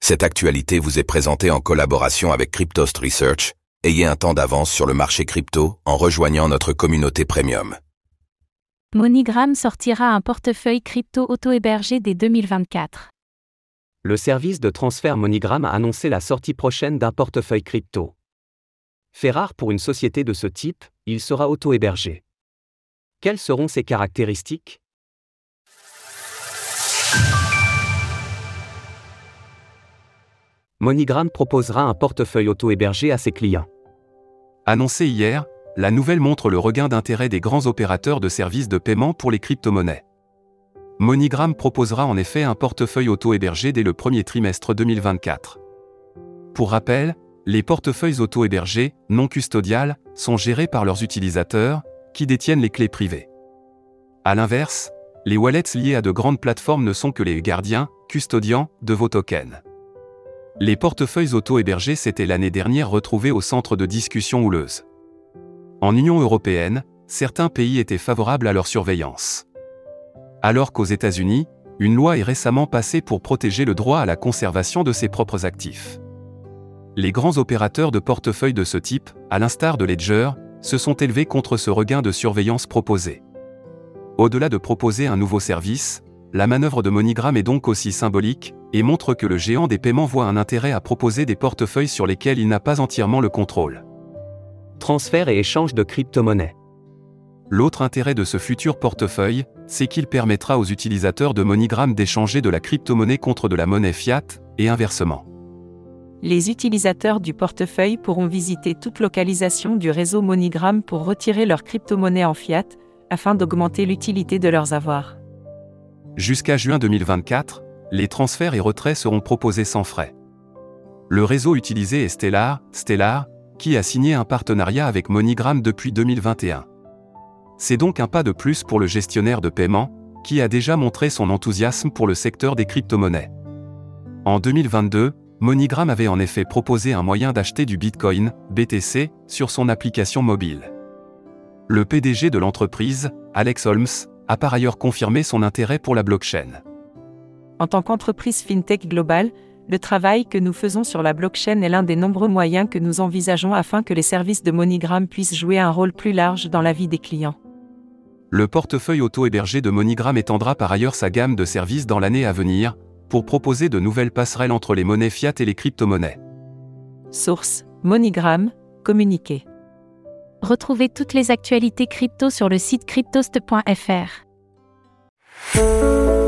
Cette actualité vous est présentée en collaboration avec Cryptost Research. Ayez un temps d'avance sur le marché crypto en rejoignant notre communauté premium. MoneyGram sortira un portefeuille crypto auto-hébergé dès 2024. Le service de transfert MoneyGram a annoncé la sortie prochaine d'un portefeuille crypto. Fait rare pour une société de ce type, il sera auto-hébergé. Quelles seront ses caractéristiques ? MoneyGram proposera un portefeuille auto-hébergé à ses clients. Annoncé hier, la nouvelle montre le regain d'intérêt des grands opérateurs de services de paiement pour les crypto-monnaies. MoneyGram proposera en effet un portefeuille auto-hébergé dès le premier trimestre 2024. Pour rappel, les portefeuilles auto-hébergés, non custodiales, sont gérés par leurs utilisateurs, qui détiennent les clés privées. A l'inverse, les wallets liés à de grandes plateformes ne sont que les gardiens, custodians, de vos tokens. Les portefeuilles auto-hébergés s'étaient l'année dernière retrouvés au centre de discussions houleuses. En Union européenne, certains pays étaient favorables à leur surveillance. Alors qu'aux États-Unis, une loi est récemment passée pour protéger le droit à la conservation de ses propres actifs. Les grands opérateurs de portefeuilles de ce type, à l'instar de Ledger, se sont élevés contre ce regain de surveillance proposé. Au-delà de proposer un nouveau service, la manœuvre de MoneyGram est donc aussi symbolique, et montre que le géant des paiements voit un intérêt à proposer des portefeuilles sur lesquels il n'a pas entièrement le contrôle. Transfert et échange de crypto-monnaies. L'autre intérêt de ce futur portefeuille, c'est qu'il permettra aux utilisateurs de MoneyGram d'échanger de la crypto-monnaie contre de la monnaie fiat, et inversement. Les utilisateurs du portefeuille pourront visiter toute localisation du réseau MoneyGram pour retirer leur crypto-monnaie en fiat, afin d'augmenter l'utilité de leurs avoirs. Jusqu'à juin 2024, les transferts et retraits seront proposés sans frais. Le réseau utilisé est Stellar, qui a signé un partenariat avec MoneyGram depuis 2021. C'est donc un pas de plus pour le gestionnaire de paiement, qui a déjà montré son enthousiasme pour le secteur des crypto-monnaies. En 2022, MoneyGram avait en effet proposé un moyen d'acheter du Bitcoin, BTC, sur son application mobile. Le PDG de l'entreprise, Alex Holmes, a par ailleurs confirmé son intérêt pour la blockchain. En tant qu'entreprise fintech globale, le travail que nous faisons sur la blockchain est l'un des nombreux moyens que nous envisageons afin que les services de MoneyGram puissent jouer un rôle plus large dans la vie des clients. Le portefeuille auto-hébergé de MoneyGram étendra par ailleurs sa gamme de services dans l'année à venir, pour proposer de nouvelles passerelles entre les monnaies fiat et les crypto-monnaies. Source : MoneyGram, communiqué. Retrouvez toutes les actualités crypto sur le site cryptost.fr.